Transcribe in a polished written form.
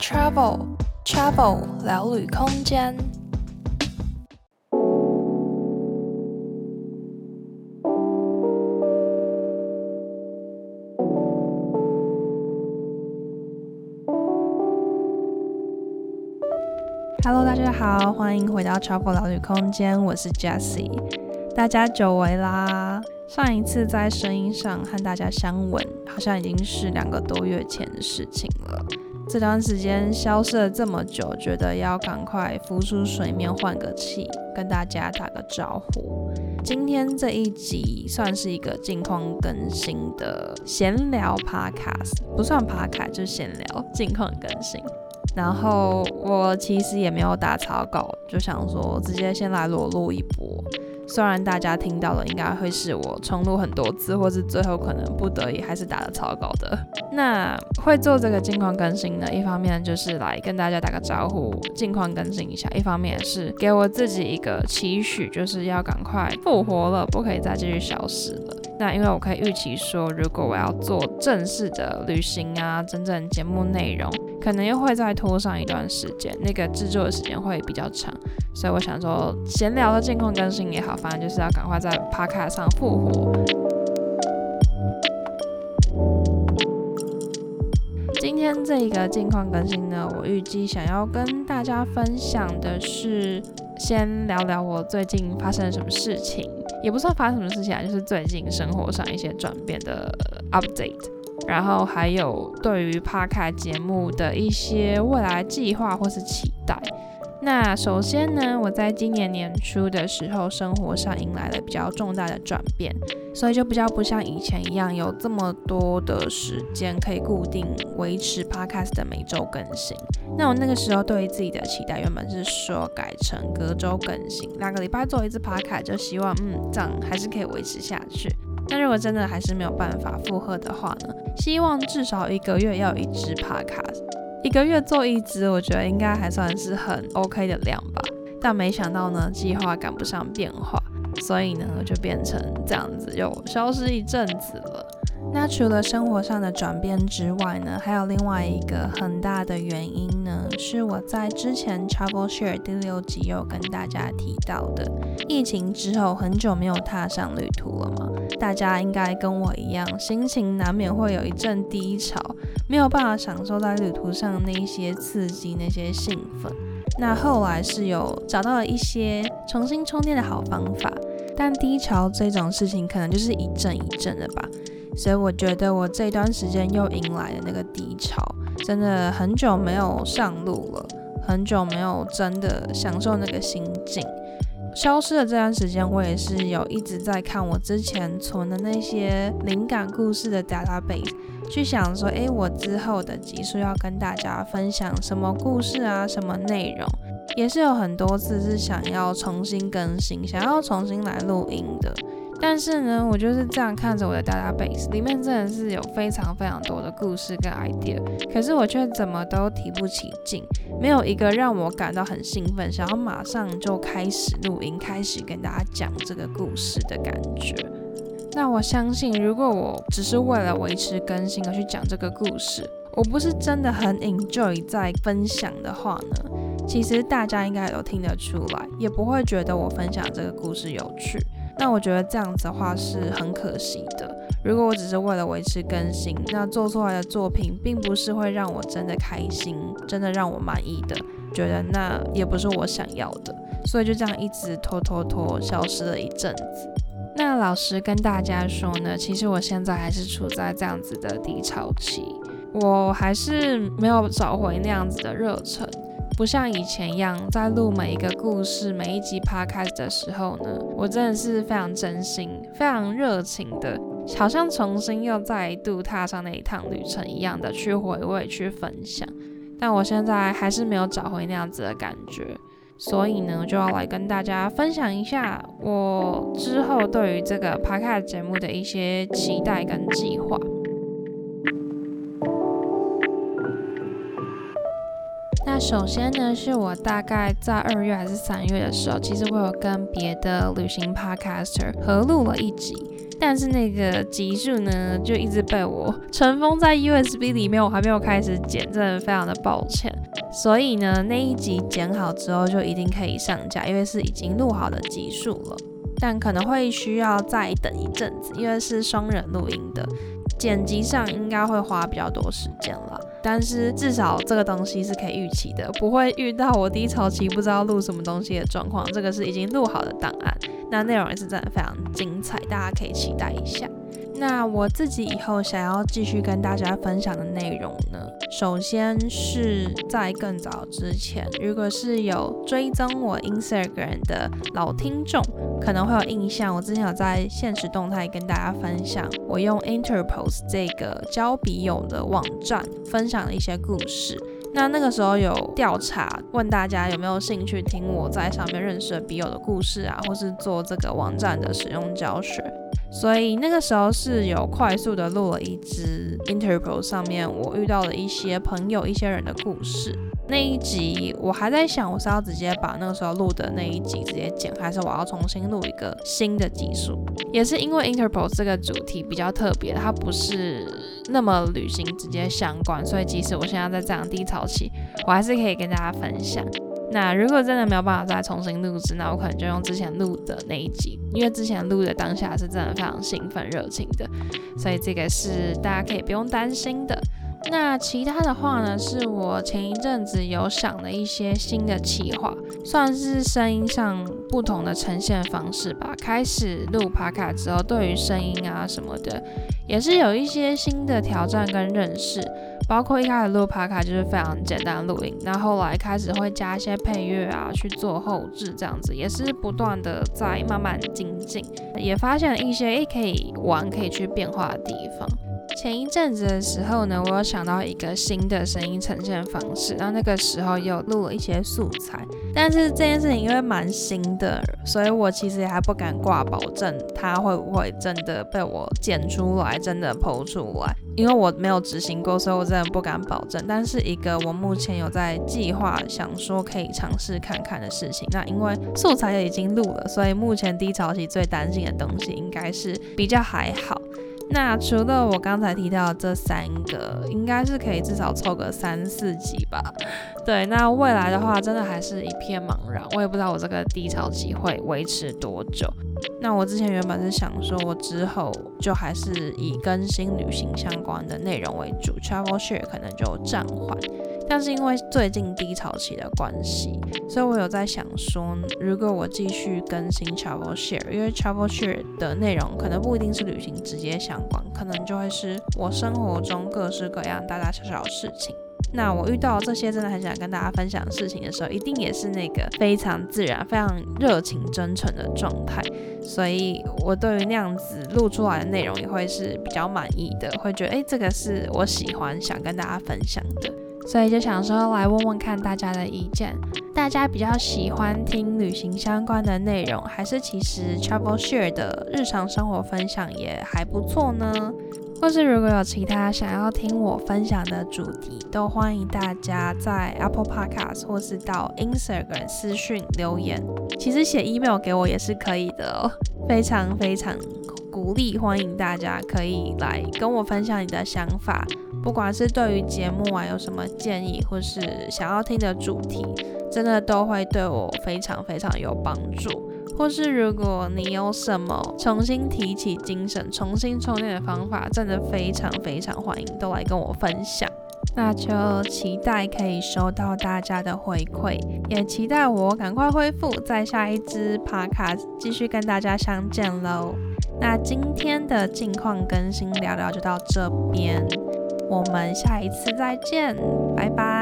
Travel 聊旅空间。Hello， 大家好，欢迎回到 Travel 聊旅空间，我是 Jessie。大家久违啦！上一次在声音上和大家相吻，好像已经是2个多月前的事情了。这段时间消失了这么久，觉得要赶快浮出水面换个气，跟大家打个招呼。今天这一集算是一个近况更新的闲聊 podcast， 不算 podcast 就是闲聊近况更新。然后我其实也没有打草稿，就想说直接先来裸录一波。虽然大家听到了应该会是我重录很多次，或是最后可能不得已还是打了草稿的。那会做这个近况更新呢，一方面就是来跟大家打个招呼，近况更新一下；一方面也是给我自己一个期许，就是要赶快复活了，不可以再继续消失了。那因为我可以预期说，如果我要做正式的旅行啊，真正节目内容，可能又会再拖上一段时间，那个制作的时间会比较长，所以我想说，闲聊的近况更新也好，反正就是要赶快在 Podcast 上复活。今天这一个近况更新呢，我预计想要跟大家分享的是，先聊聊我最近发生了什么事情，也不算发生什么事情啊，就是最近生活上一些转变的 update。然后还有对于 Podcast 节目的一些未来计划或是期待。那首先呢，我在今年年初的时候，生活上迎来了比较重大的转变，所以就比较不像以前一样有这么多的时间可以固定维持 Podcast 的每周更新。那我那个时候对于自己的期待原本是说改成隔周更新，2个礼拜做一次 Podcast， 就希望这样还是可以维持下去。那如果真的还是没有办法负荷的话呢，希望至少1个月要有1支 podcast，1个月做1支，我觉得应该还算是很 OK 的量吧。但没想到呢，计划赶不上变化，所以呢就变成这样子，又消失一阵子了。那除了生活上的转变之外呢，还有另外一个很大的原因呢，是我在之前 Travel Share 第6集有跟大家提到的，疫情之后很久没有踏上旅途了嘛，大家应该跟我一样，心情难免会有一阵低潮，没有办法享受在旅途上那些刺激、那些兴奋。那后来是有找到了一些重新充电的好方法，但低潮这种事情可能就是一阵一阵的吧。所以我觉得我这段时间又迎来了那个低潮，真的很久没有上路了，很久没有真的享受那个心境。消失的这段时间，我也是有一直在看我之前存的那些灵感故事的 database， 去想说，我之后的集数要跟大家分享什么故事啊，什么内容，也是有很多次是想要重新更新，想要重新来录音的。但是呢，我就是这样看着我的 database， 里面真的是有非常非常多的故事跟 idea， 可是我却怎么都提不起劲，没有一个让我感到很兴奋，想要马上就开始录音，开始跟大家讲这个故事的感觉。那我相信，如果我只是为了维持更新而去讲这个故事，我不是真的很 enjoy 在分享的话呢，其实大家应该有听得出来，也不会觉得我分享这个故事有趣。那我觉得这样子的话是很可惜的。如果我只是为了维持更新，那做出来的作品并不是会让我真的开心，真的让我满意的，觉得那也不是我想要的，所以就这样一直拖，消失了一阵子。那老实跟大家说呢，其实我现在还是处在这样子的低潮期，我还是没有找回那样子的热忱。不像以前一样，在录每一个故事、每一集 podcast 的时候呢，我真的是非常真心、非常热情的，好像重新又再度踏上那一趟旅程一样的去回味、去分享。但我现在还是没有找回那样子的感觉，所以呢，就要来跟大家分享一下我之后对于这个 podcast 节目的一些期待跟计划。那首先呢，是我大概在2月还是3月的时候，其实我有跟别的旅行 podcaster 合录了一集。 但是那个集数呢就一直被我尘封在 USB 里面，我还没有开始剪，真的非常的抱歉。所以呢，那一集剪好之后就一定可以上架，因为是已经录好的集数了，但可能会需要再等一阵子，因为是双人录音的，剪辑上应该会花比较多时间了。但是至少这个东西是可以预期的，不会遇到我低潮期不知道录什么东西的状况。这个是已经录好的档案，那内容也是真的非常精彩，大家可以期待一下。那我自己以后想要继续跟大家分享的内容呢，首先是在更早之前，如果是有追踪我 Instagram 的老听众，可能会有印象，我之前有在限时动态跟大家分享我用 Interpost 这个交笔友的网站分享的一些故事。那个时候有调查问大家有没有兴趣听我在上面认识的笔友的故事啊，或是做这个网站的使用教学，所以那个时候是有快速的录了一支 Interpost 上面我遇到的一些朋友一些人的故事。那一集我还在想我是要直接把那个时候录的那一集直接剪，还是我要重新录一个新的集数。也是因为 Interpost 这个主题比较特别，它不是那么旅行直接相关，所以即使我现在在这样低潮期，我还是可以跟大家分享。那如果真的没有办法再重新录制，那我可能就用之前录的那一集，因为之前录的当下是真的非常兴奋热情的，所以这个是大家可以不用担心的。那其他的话呢，是我前一阵子有想的一些新的企划，算是声音上不同的呈现方式吧。开始录 Podcast 之后，对于声音啊什么的，也是有一些新的挑战跟认识。包括一开始录 Podcast 就是非常简单的录音，那后来开始会加一些配乐啊，去做后制，这样子也是不断的在慢慢精进，也发现了一些可以玩可以去变化的地方。前一阵子的时候呢，我有想到一个新的声音呈现方式，然后那个时候也有录了一些素材，但是这件事情因为蛮新的，所以我其实也还不敢挂保证它会不会真的被我剪出来，真的 po 出来，因为我没有执行过，所以我真的不敢保证。但是一个我目前有在计划想说可以尝试看看的事情，那因为素材也已经录了，所以目前低潮期最担心的东西应该是比较还好。那除了我刚才提到的这3个，应该是可以至少凑个3-4集吧。对，那未来的话真的还是一片茫然，我也不知道我这个低潮期会维持多久。那我之前原本是想说我之后就还是以更新旅行相关的内容为主， Travel Share 可能就暂缓，但是因为最近低潮期的关系，所以我有在想说，如果我继续更新 Travel Share， 因为 Travel Share 的内容可能不一定是旅行直接相关，可能就会是我生活中各式各样大大小小的事情。那我遇到这些真的很想跟大家分享的事情的时候，一定也是那个非常自然非常热情真诚的状态，所以我对于那样子录出来的内容也会是比较满意的，会觉得这个是我喜欢想跟大家分享的，所以就想说来问问看大家的意见，大家比较喜欢听旅行相关的内容，还是其实 Travel Share 的日常生活分享也还不错呢？或是如果有其他想要听我分享的主题，都欢迎大家在 Apple Podcast 或是到 Instagram 私讯留言，其实写 email 给我也是可以的哦，非常非常鼓励，欢迎大家可以来跟我分享你的想法，不管是对于节目啊有什么建议，或是想要听的主题，真的都会对我非常非常有帮助。或是如果你有什么重新提起精神、重新充电的方法，真的非常非常欢迎都来跟我分享。那就期待可以收到大家的回馈，也期待我赶快恢复，在下一支 podcast 继续跟大家相见咯。那今天的近况更新聊聊就到这边，我们下一次再见，拜拜。